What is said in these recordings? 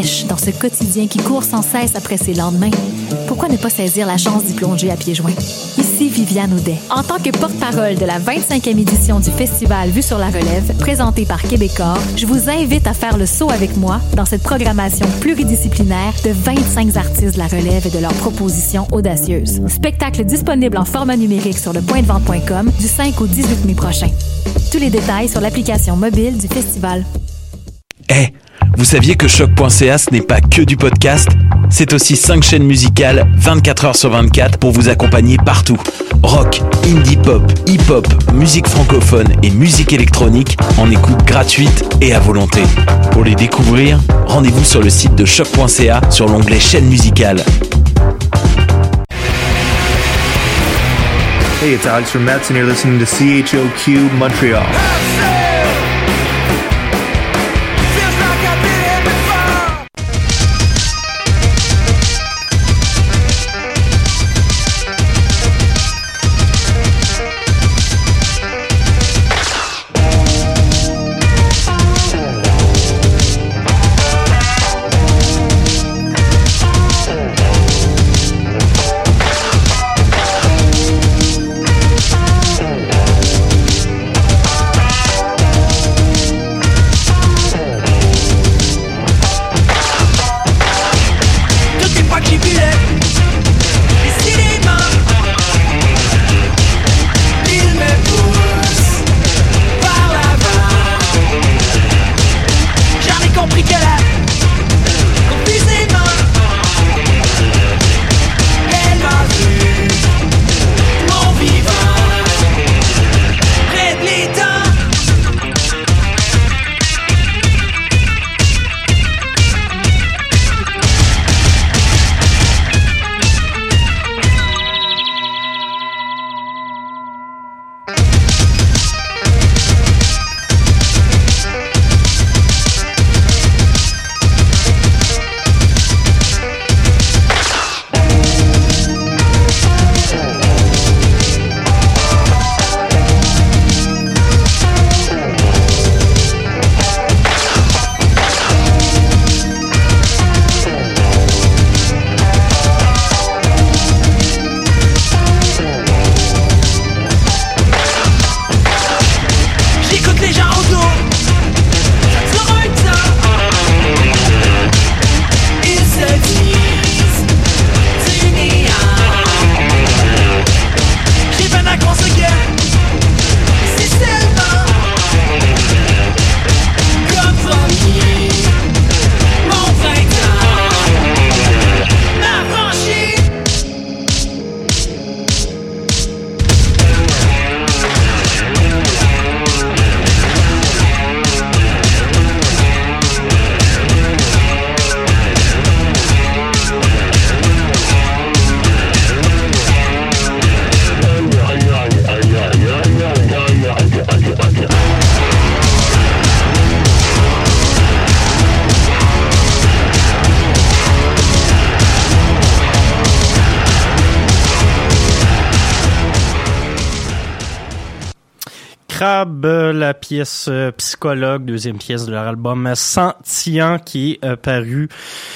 fraîche dans ce quotidien qui court sans cesse après ses lendemains? Pourquoi ne pas saisir la chance d'y plonger à pieds joints? Ici Viviane Audet. En tant que porte-parole de la 25e édition du festival Vue sur la relève, présenté par Québecor, je vous invite à faire le saut avec moi dans cette programmation pluridisciplinaire de 25 artistes de la relève et de leurs propositions audacieuses. Spectacle disponible en format numérique sur lepointdevente.com du 5 au 18 mai prochain. Tous les détails sur l'application mobile du festival. Hey, vous saviez que Choc.ca ce n'est pas que du podcast? C'est aussi 5 chaînes musicales 24 heures sur 24 pour vous accompagner partout. Rock, indie pop, hip-hop, musique francophone et musique électronique en écoute gratuite et à volonté. Pour les découvrir, rendez-vous sur le site de Choc.ca sur l'onglet chaîne musicale. Hey, it's Alex from Mets and you're listening to CHOQ Montreal. Crabe, la pièce Psychologue, deuxième pièce de leur album Sentient qui est paru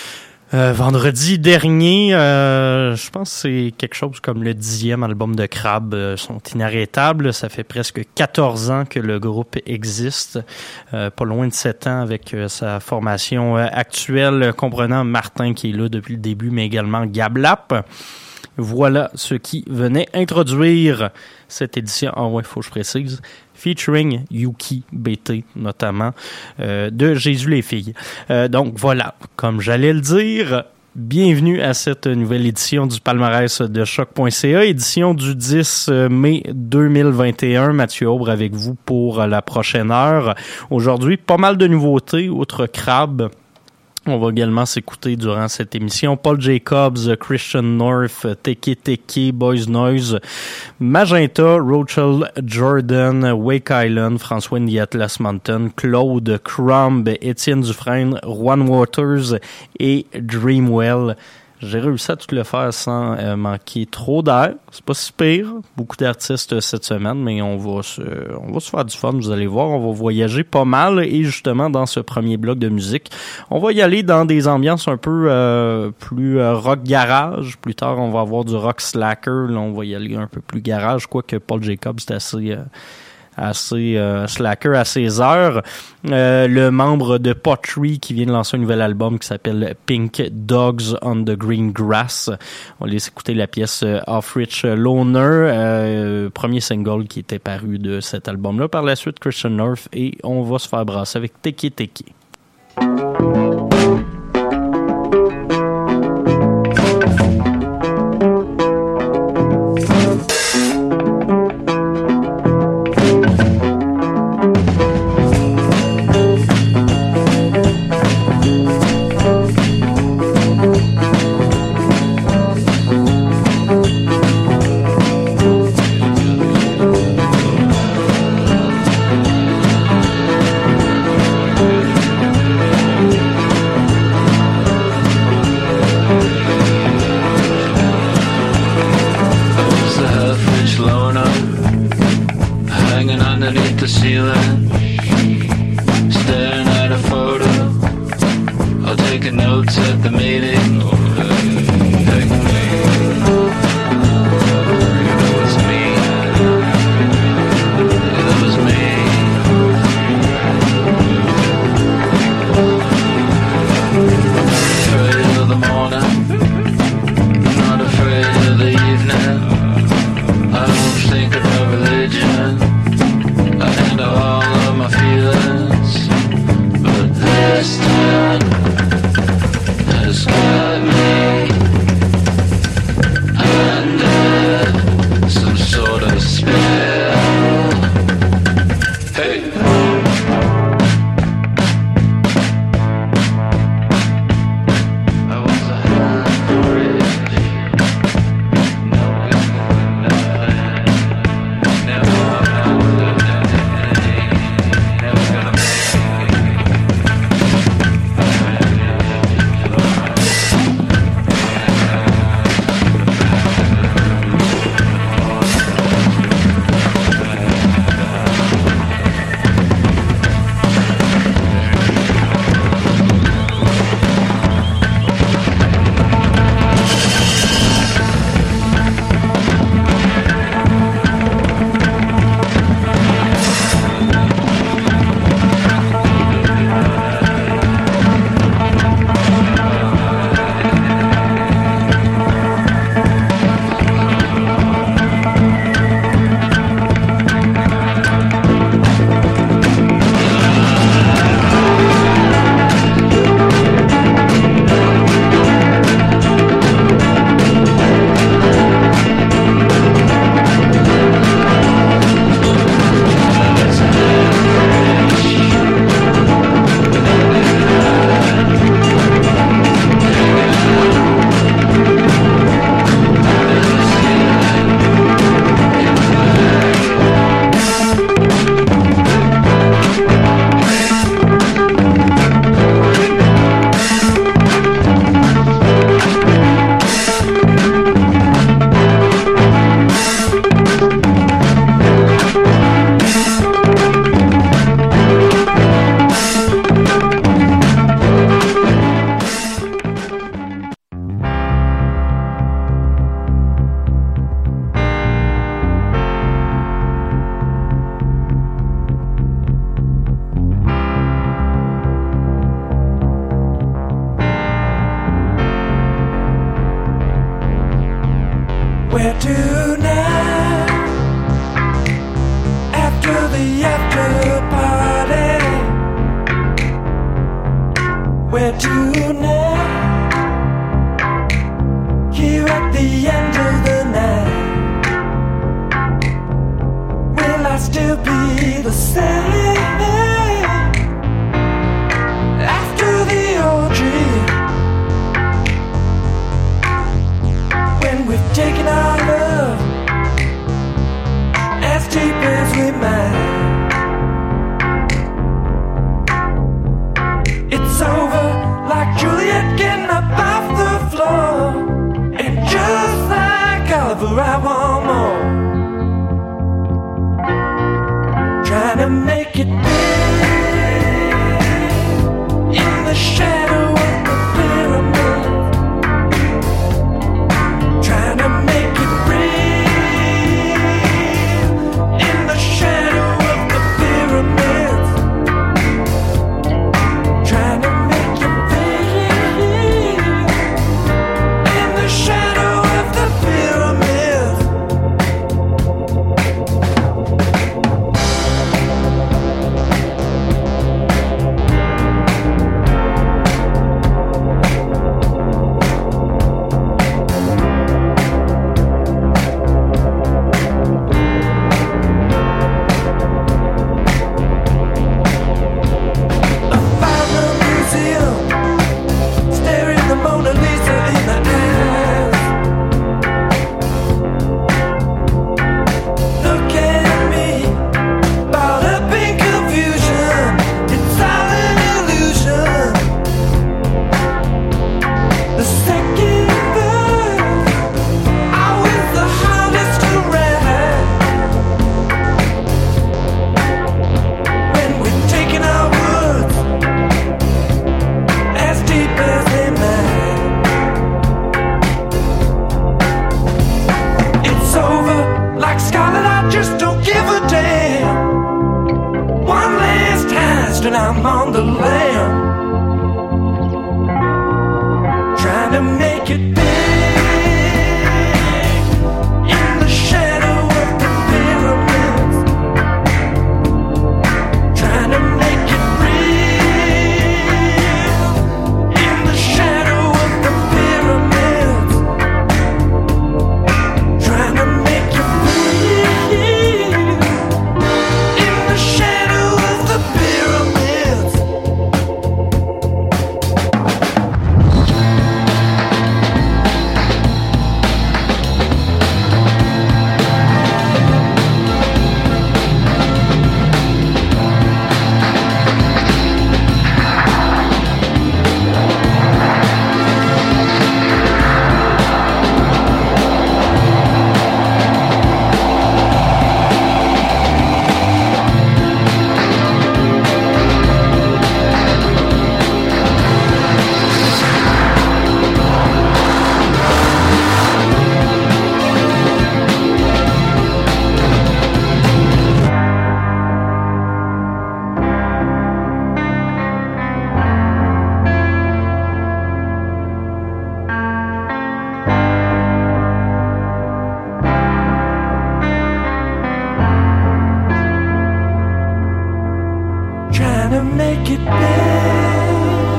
vendredi dernier. Je pense que c'est quelque chose comme le 10e album de Crabe. Sont inarrêtables. Ça fait presque 14 ans que le groupe existe. Pas loin de 7 ans avec sa formation actuelle, comprenant Martin qui est là depuis le début, mais également Gablap. Voilà ce qui venait introduire cette édition. Ah ouais, faut que je précise. Featuring Yuki BT, notamment, de Jésus les filles. Donc voilà, comme j'allais le dire, bienvenue à cette nouvelle édition du palmarès de Choc.ca, édition du 10 mai 2021. Mathieu Aubre avec vous pour la prochaine heure. Aujourd'hui, pas mal de nouveautés, outre Crabe. On va également s'écouter durant cette émission Paul Jacobs, Christian North, Teke Teke, Boys Noise, Magenta, Rochelle Jordan, Wake Island, François and the Atlas Mountain, Claude, Crumb, Étienne Dufresne, Juan Waters et Dreamwell. J'ai réussi à tout le faire sans manquer trop d'air. C'est pas si pire. Beaucoup d'artistes cette semaine, mais on va se faire du fun, vous allez voir. On va voyager pas mal et justement, dans ce premier bloc de musique, on va y aller dans des ambiances un peu plus rock garage. Plus tard, on va avoir du rock slacker. Là, on va y aller un peu plus garage, quoique Paul Jacobs c'est assez slacker à ses heures. Le membre de Pottery qui vient de lancer un nouvel album qui s'appelle Pink Dogs on the Green Grass. On va laisser écouter la pièce Off-Rich Loner, premier single qui était paru de cet album-là. Par la suite, Christian North, et on va se faire brasser avec Teki Teki. Where to now? After the after party. Where to now? Here at the end of the night. Will I still be the same after the orgy? When we've taken our love as deep as we might. It's over like Juliet getting up off the floor. trying to make it big in the shadow of the pyramids, trying to make it real in the shadow of the pyramids, trying to make it real in the shadow of the pyramids. Trying to make it big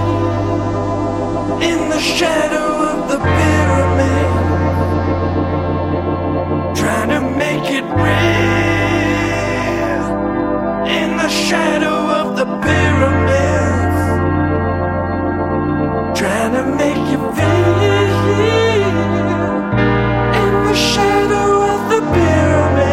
in the shadow of the pyramid, trying to make it real in the shadow of the pyramids, trying to make you feel in the shadow of the pyramids.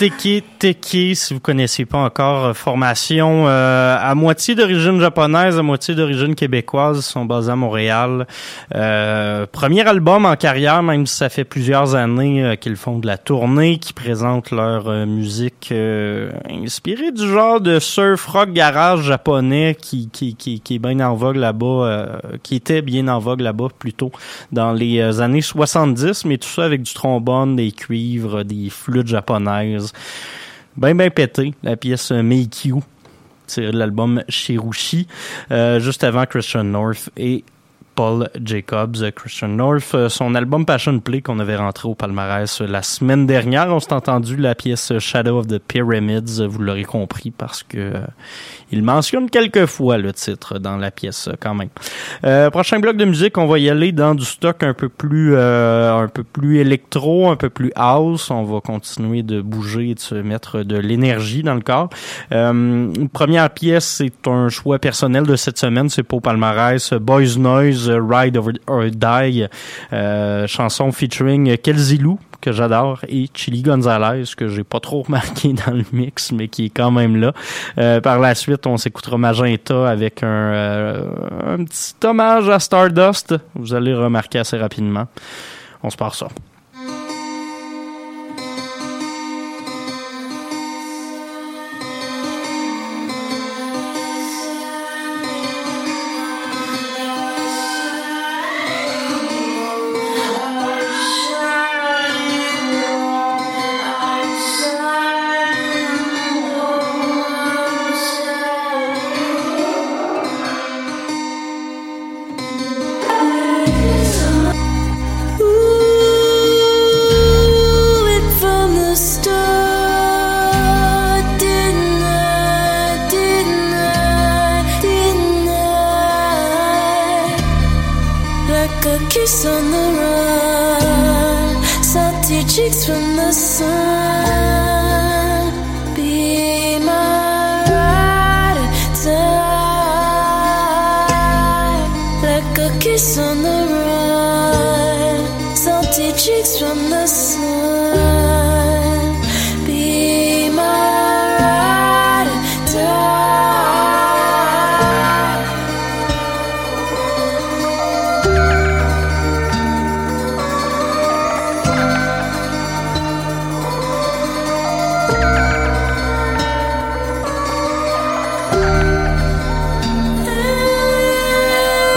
Teke, si vous connaissez pas encore, formation à moitié d'origine japonaise, à moitié d'origine québécoise, ils sont basés à Montréal. Premier album en carrière, même si ça fait plusieurs années qu'ils font de la tournée, qui présentent leur musique inspirée du genre de surf rock garage japonais qui est bien en vogue là-bas, qui était bien en vogue là-bas plutôt dans les années 70, mais tout ça avec du trombone, des cuivres, des flûtes japonaises. Ben pété, la pièce Meikyu, tirée de l'album Shirushi, juste avant Christian North et Paul Jacobs. Christian North, son album Passion Play qu'on avait rentré au palmarès la semaine dernière, on s'est entendu la pièce Shadow of the Pyramids, vous l'aurez compris parce que il mentionne quelques fois le titre dans la pièce quand même. Prochain bloc de musique, on va y aller dans du stock un peu plus électro, un peu plus house. On va continuer de bouger et de se mettre de l'énergie dans le corps. Première pièce, c'est un choix personnel de cette semaine, c'est pas au palmarès. Boys Noise, Ride or Die, chanson featuring Kelzilou, que j'adore, et Chili Gonzalez, que j'ai pas trop remarqué dans le mix, mais qui est quand même là. Par la suite, on s'écoutera Magenta avec un petit hommage à Stardust. Vous allez remarquer assez rapidement. On se part ça. Kiss on the run, salty cheeks from the sun. Be my ride or die, like a kiss on the run, salty cheeks from the sun. Be my ride or die.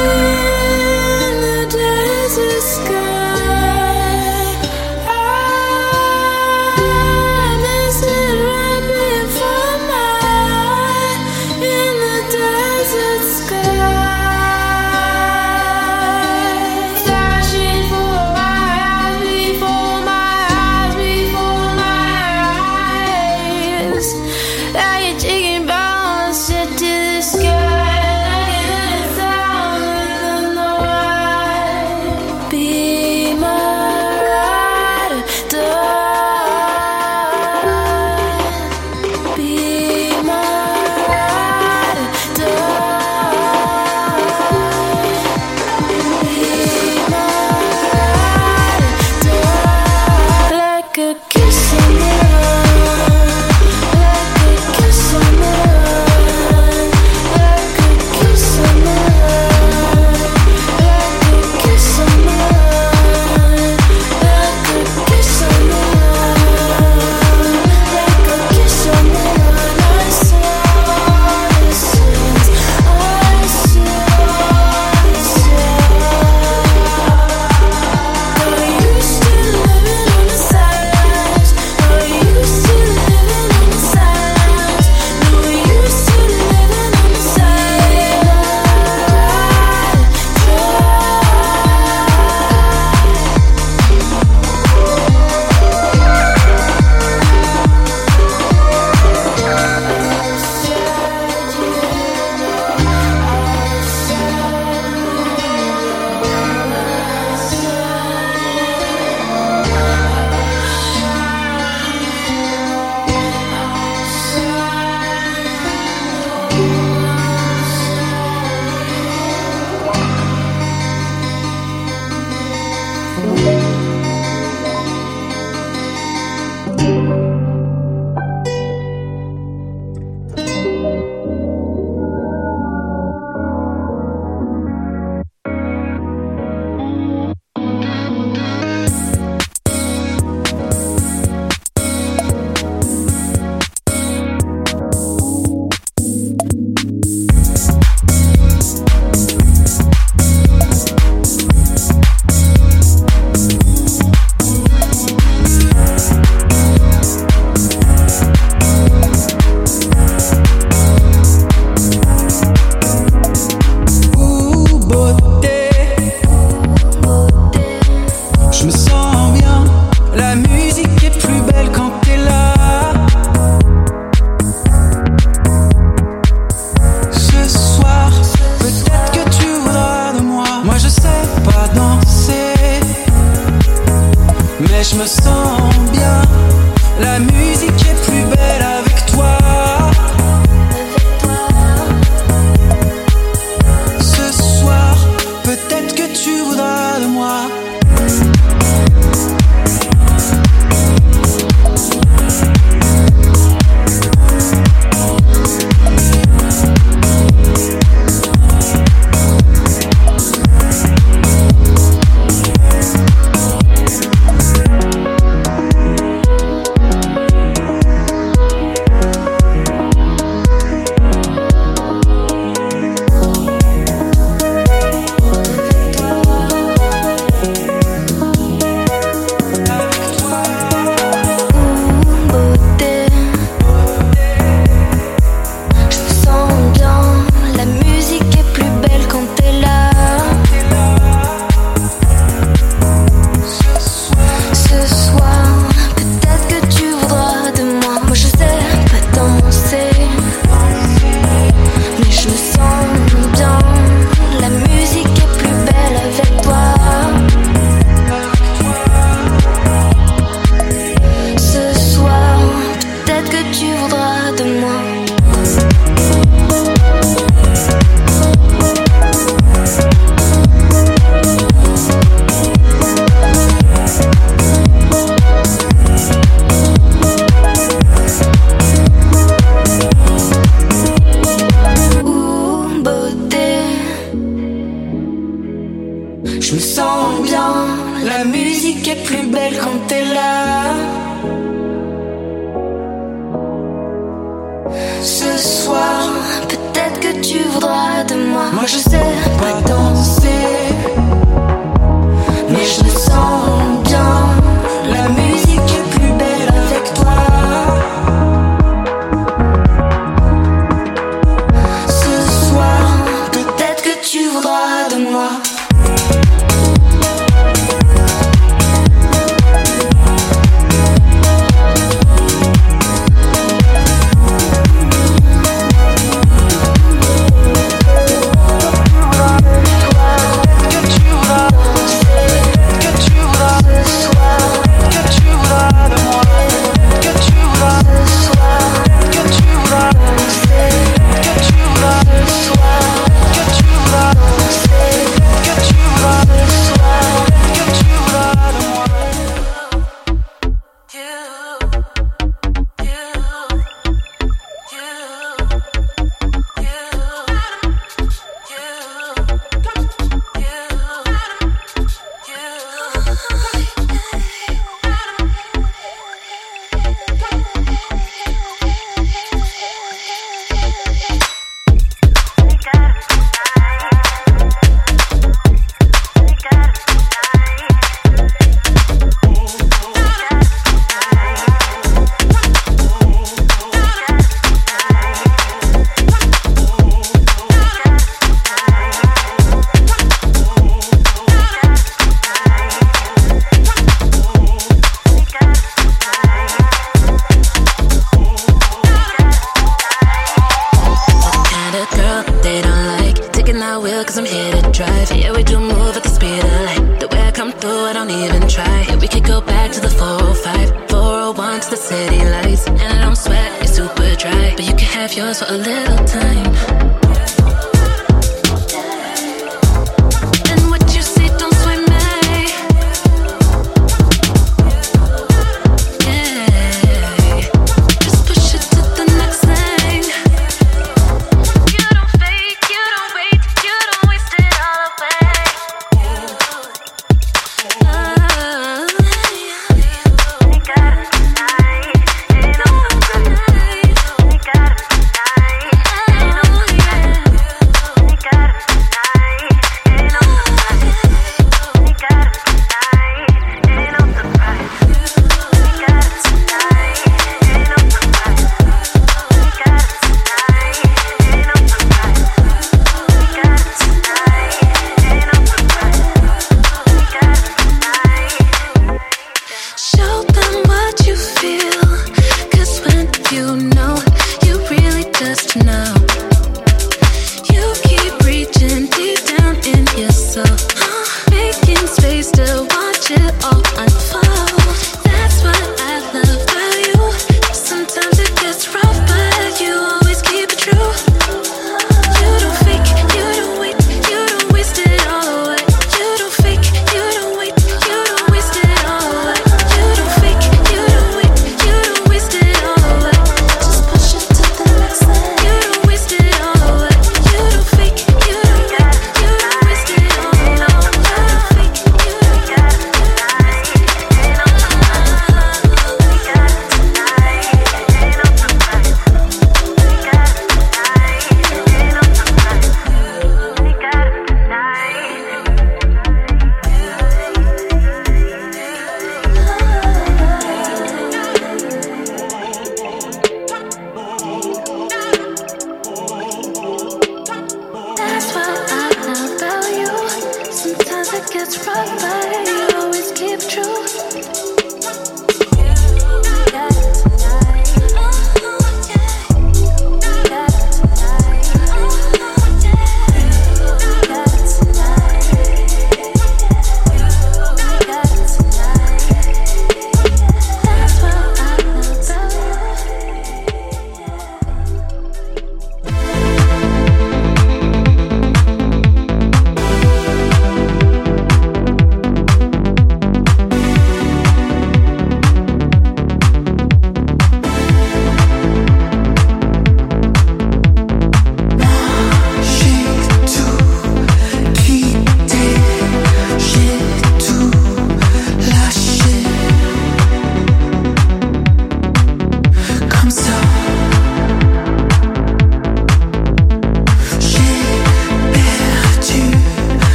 In the desert sky, I Ce soir, peut-être que tu voudras de moi. Moi je sais pas danser, mais je le sens bien. La musique est plus belle avec toi. Ce soir, peut-être que tu voudras de moi.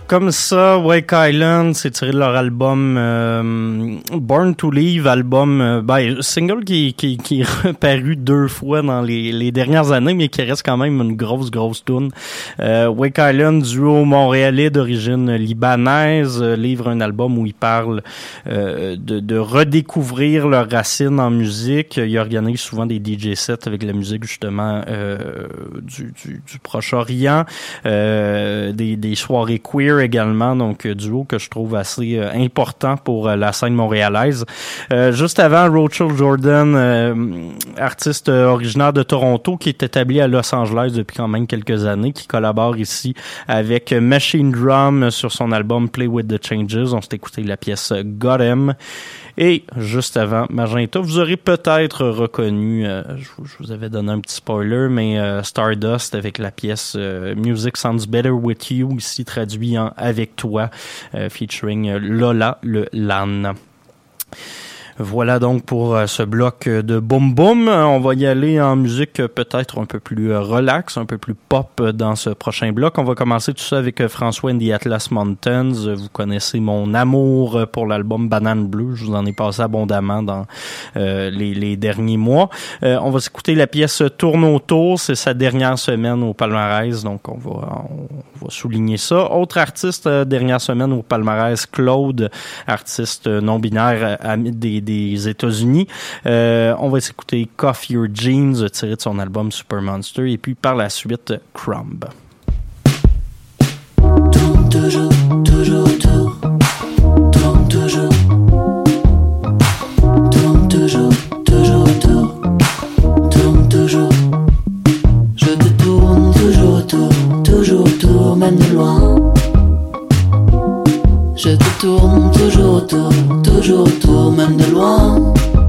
Comme ça, Wake Island, c'est tiré de leur album Born to Leave, album, single qui est reparu 2 fois dans les dernières années, mais qui reste quand même une grosse tune. Wake Island, duo montréalais d'origine libanaise, livre un album où ils parlent de redécouvrir leurs racines en musique. Ils organisent souvent des DJ sets avec la musique justement du Proche-Orient, des soirées queer également, donc duo que je trouve assez important pour la scène montréalaise. Juste avant, Rochelle Jordan, artiste originaire de Toronto qui est établi à Los Angeles depuis quand même quelques années, qui collabore ici avec Machine Drum sur son album Play With The Changes. On s'est écouté la pièce Got 'Em. Et juste avant Magenta, vous aurez peut-être reconnu, je vous avais donné un petit spoiler, mais Stardust avec la pièce Music Sounds Better With You, ici traduit en Avec Toi, featuring Lola le LAN. Voilà donc pour ce bloc de Boom Boom. On va y aller en musique peut-être un peu plus relax, un peu plus pop dans ce prochain bloc. On va commencer tout ça avec François and the Atlas Mountains. Vous connaissez mon amour pour l'album Banane Bleue. Je vous en ai passé abondamment dans les derniers mois. On va s'écouter la pièce Tourne autour. C'est sa dernière semaine au palmarès, donc on va souligner ça. Autre artiste, dernière semaine au palmarès, Claude, artiste non-binaire des États-Unis. On va s'écouter Cuff Your Jeans, tiré de son album Super Monster, et puis par la suite, Crumb. Tourne toujours, toujours autour. Tourne toujours. Tourne toujours, toujours autour. Tourne toujours. Je te tourne toujours autour, même de loin. Je te tourne toujours autour, même de loin.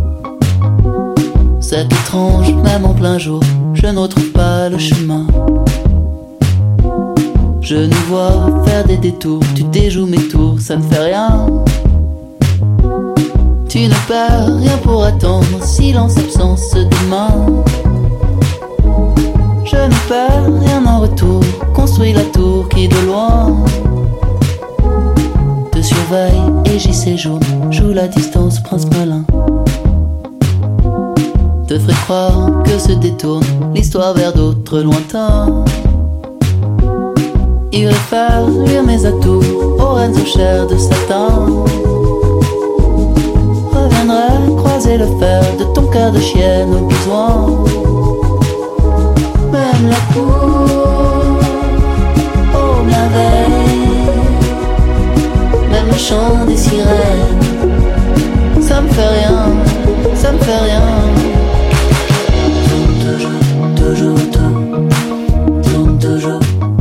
C'est étrange, même en plein jour, je ne retrouve pas le chemin. Je nous vois faire des détours, tu déjoues mes tours, ça ne fait rien. Tu ne perds rien pour attendre, silence, absence demain. Je ne perds rien en retour, construis la tour qui de loin te surveille et j'y séjourne, joue la distance, prince malin. Te ferai croire que se détourne l'histoire vers d'autres lointains. Irai faire luire mes atouts aux reines aux chairs de satin. Reviendrai croiser le fer de ton cœur de chienne au besoin. Même la cour, oh merveille, même le chant des sirènes, ça me fait rien, ça me fait rien. Tourne toujours autour, tourne toujours,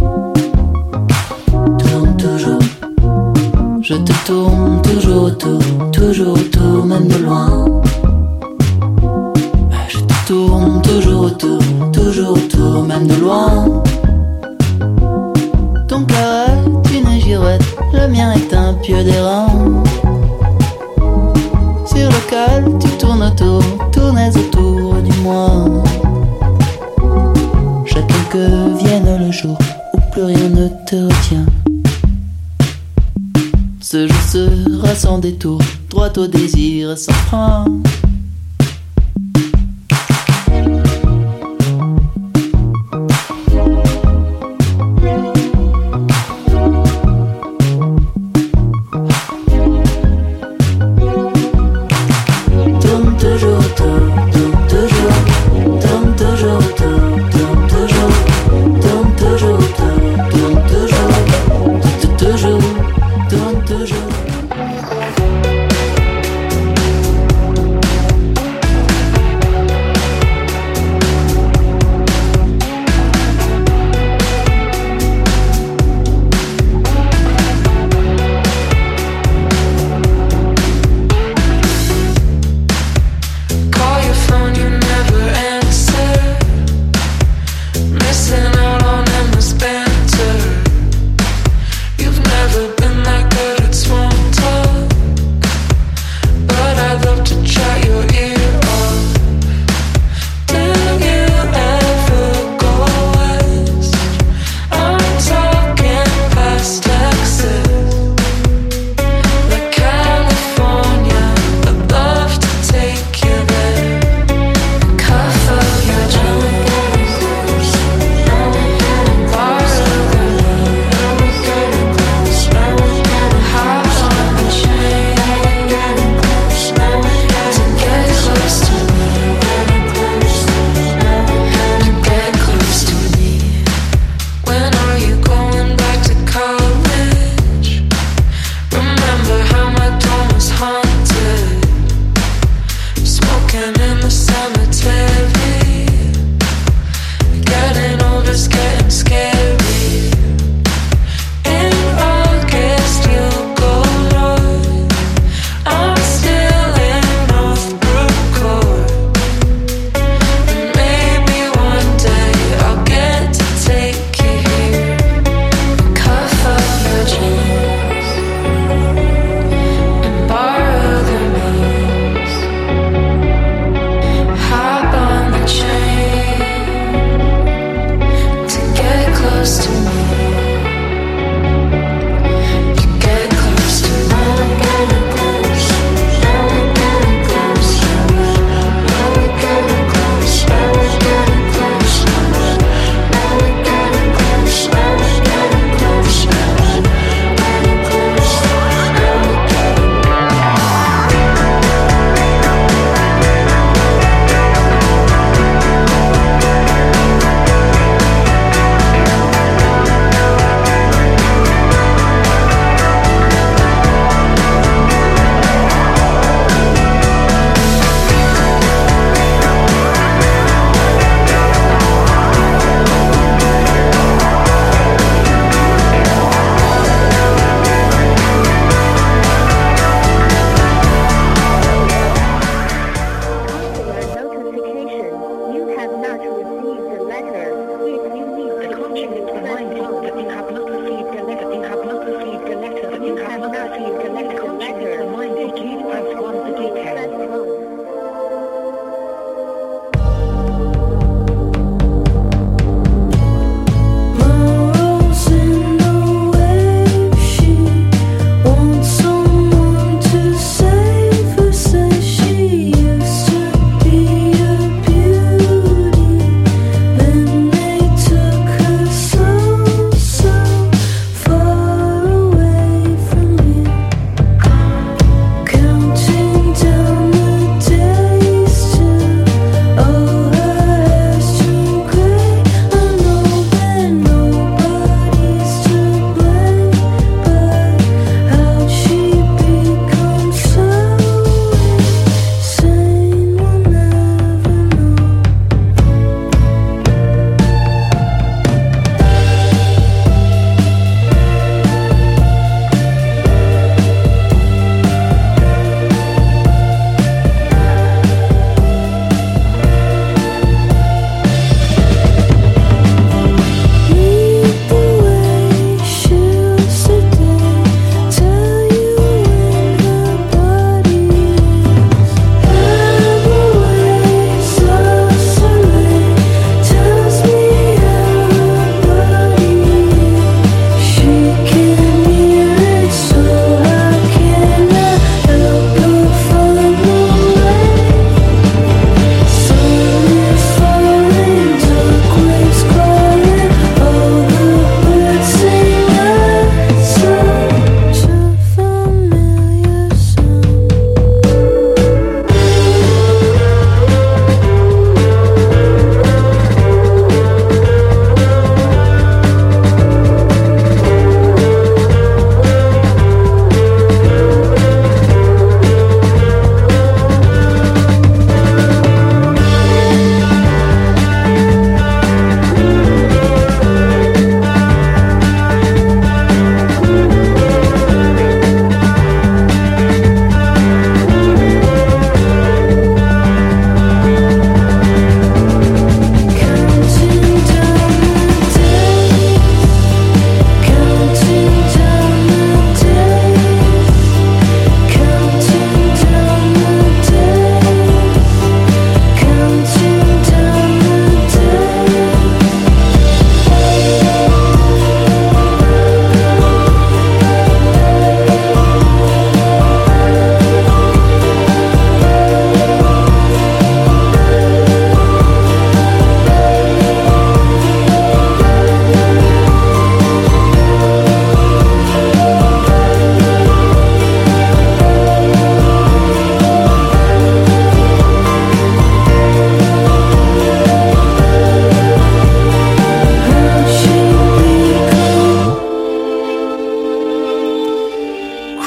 tourne toujours. Je te tourne toujours autour, même de loin. Je te tourne toujours autour, même de loin. Ton cœur est une girouette, le mien est un pieu d'airain. Sur lequel tu tournes autour, tournais autour du moi. Chacun que vienne le jour où plus rien ne te retient. Ce jour sera sans détour, droit au désir sans frein.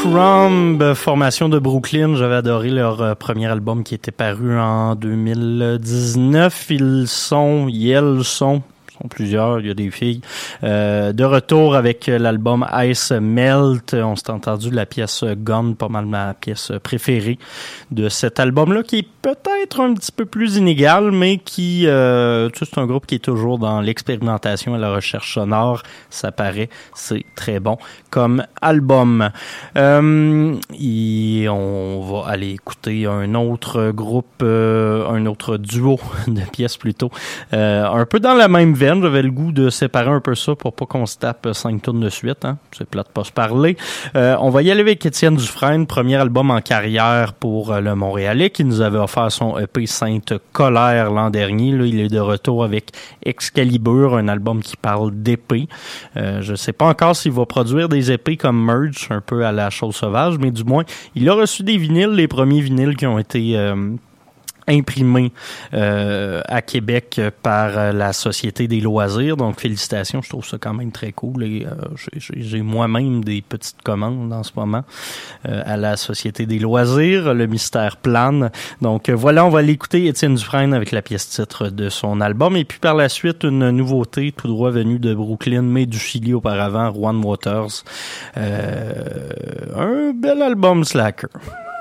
Crumb, formation de Brooklyn. J'avais adoré leur premier album qui était paru en 2019. Ils sont plusieurs, il y a des filles. De retour avec l'album Ice Melt, on s'est entendu de la pièce Gone, pas mal ma pièce préférée de cet album-là, qui est peut-être un petit peu plus inégal, mais qui, c'est un groupe qui est toujours dans l'expérimentation et la recherche sonore. Ça paraît, c'est très bon comme album. Et on va aller écouter un autre groupe, un autre duo de pièces plutôt, un peu dans la même veine. J'avais le goût de séparer un peu ça pour pas qu'on se tape 5 tours de suite. Hein? C'est plate de pas se parler. On va y aller avec Étienne Dufresne, premier album en carrière pour le Montréalais, qui nous avait offert son EP Sainte Colère l'an dernier. Là, il est de retour avec Excalibur, un album qui parle d'épée. Je sais pas encore s'il va produire des épées comme Merge, un peu à la Chose Sauvage, mais du moins, il a reçu des vinyles, les premiers vinyles qui ont été imprimé à Québec par la Société des loisirs. Donc, félicitations. Je trouve ça quand même très cool. Et, j'ai moi-même des petites commandes en ce moment à la Société des loisirs. Le mystère plane. Donc, voilà, on va l'écouter Étienne Dufresne avec la pièce titre de son album. Et puis, par la suite, une nouveauté tout droit venue de Brooklyn, mais du Chili auparavant, Juan Waters. Un bel album Slacker.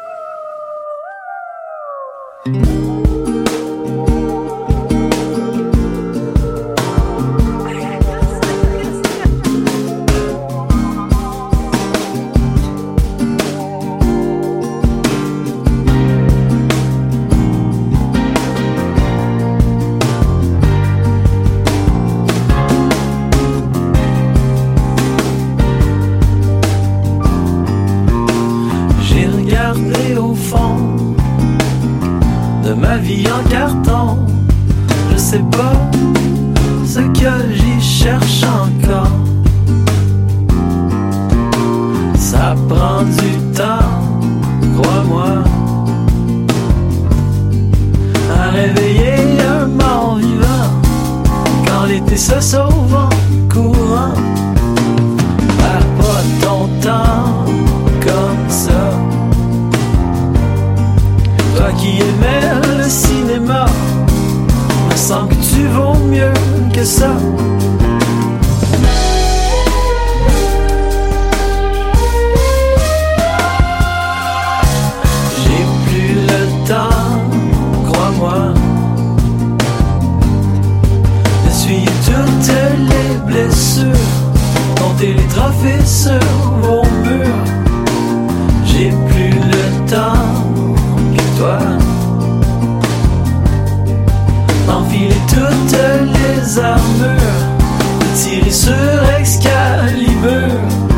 J'ai regardé au fond de ma vie en carton. Je sais pas ce que j'y cherche encore. Ça prend du temps, crois-moi, à réveiller un mort vivant quand l'été se sauve en courant. Perds pas ton temps comme ça. Toi qui aimais le cinéma, me semble que tu vaux mieux que ça. J'ai plus le temps, crois-moi, d'essuyer toutes les blessures, compter les trophées sur vos murs. J'ai plus le temps que toi d'enfiler toutes les armures, de tirer sur Excalibur.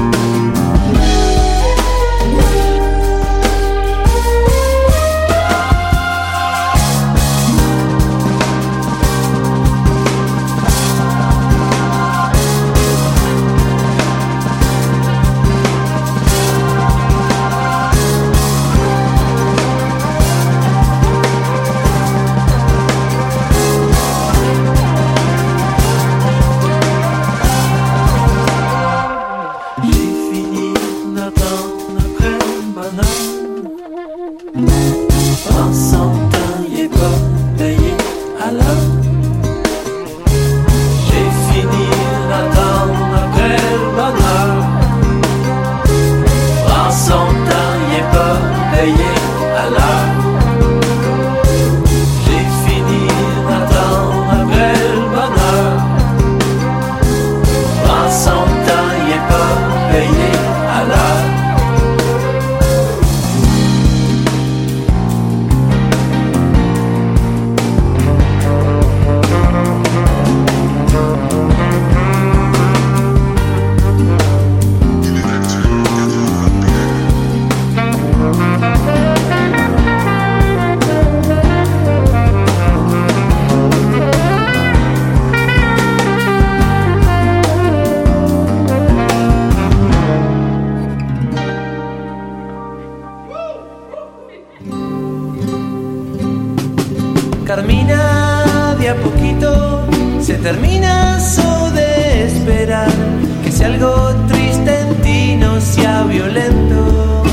Carmina de a poquito, se termina eso de esperar que si algo triste en ti no sea violento.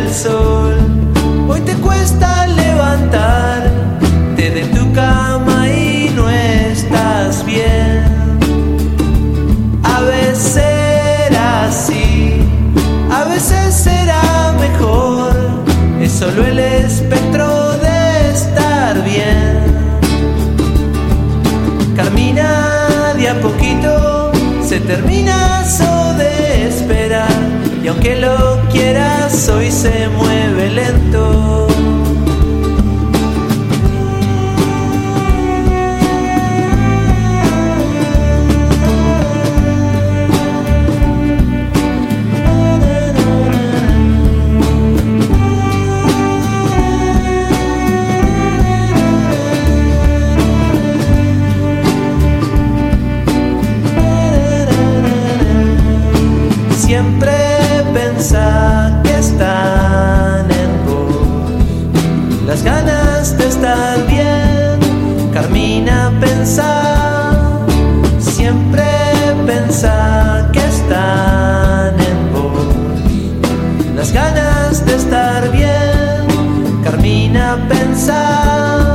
el sol. Hoy te cuesta levantarte de tu cama y no estás bien. A veces será así, a veces será mejor. Es solo el espectro de estar bien. Camina de a poquito, se termina eso de esperar. Y aunque lo quieras, hoy se mueve lento. Siempre pensa que están en vos las ganas de estar bien. Carmina, pensa, siempre pensa que están en vos las ganas de estar bien. Carmina, pensa.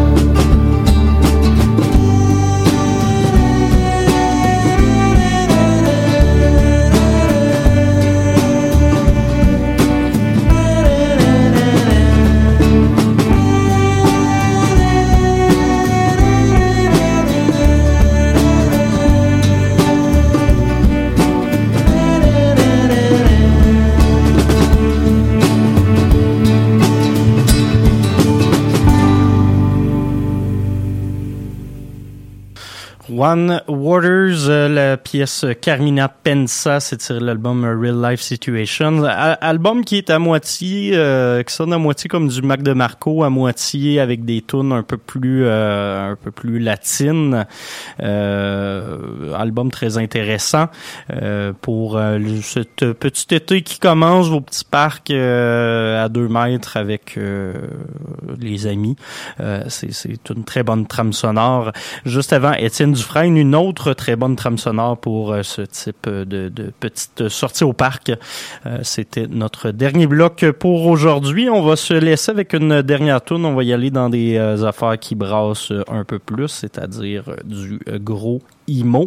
Juan Waters, la pièce Carmina Pensa, c'est tiré de l'album Real Life Situation. Album qui est à moitié, qui sonne à moitié comme du Mac DeMarco, à moitié avec des tunes un peu plus latines. Album très intéressant pour cet petit été qui commence, vos petits parcs à 2 mètres avec les amis. C'est une très bonne trame sonore. Juste avant, Étienne Dufresne, une autre très bonne trame sonore pour ce type de petite sortie au parc. C'était notre dernier bloc pour aujourd'hui. On va se laisser avec une dernière tune. On va y aller dans des affaires qui brassent un peu plus, c'est-à-dire du gros emo.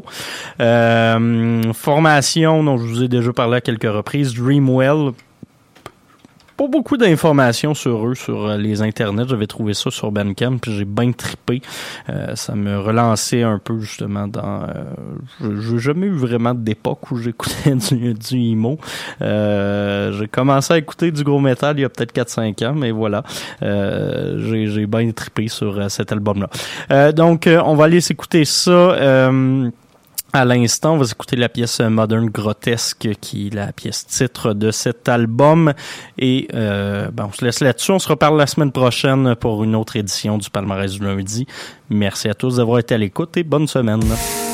Formation dont je vous ai déjà parlé à quelques reprises, Dreamwell. Pas beaucoup d'informations sur eux, sur les internets. J'avais trouvé ça sur Bandcamp, puis j'ai bien trippé. Ça me relançait un peu, justement, dans... j'ai jamais eu vraiment d'époque où j'écoutais du emo. J'ai commencé à écouter du gros métal il y a peut-être 4-5 ans, mais voilà. J'ai bien trippé sur cet album-là. Donc, on va aller s'écouter ça... À l'instant, on va écouter la pièce Modern Grotesque, qui est la pièce titre de cet album. Et on se laisse là-dessus. On se reparle la semaine prochaine pour une autre édition du Palmarès du lundi. Merci à tous d'avoir été à l'écoute et bonne semaine.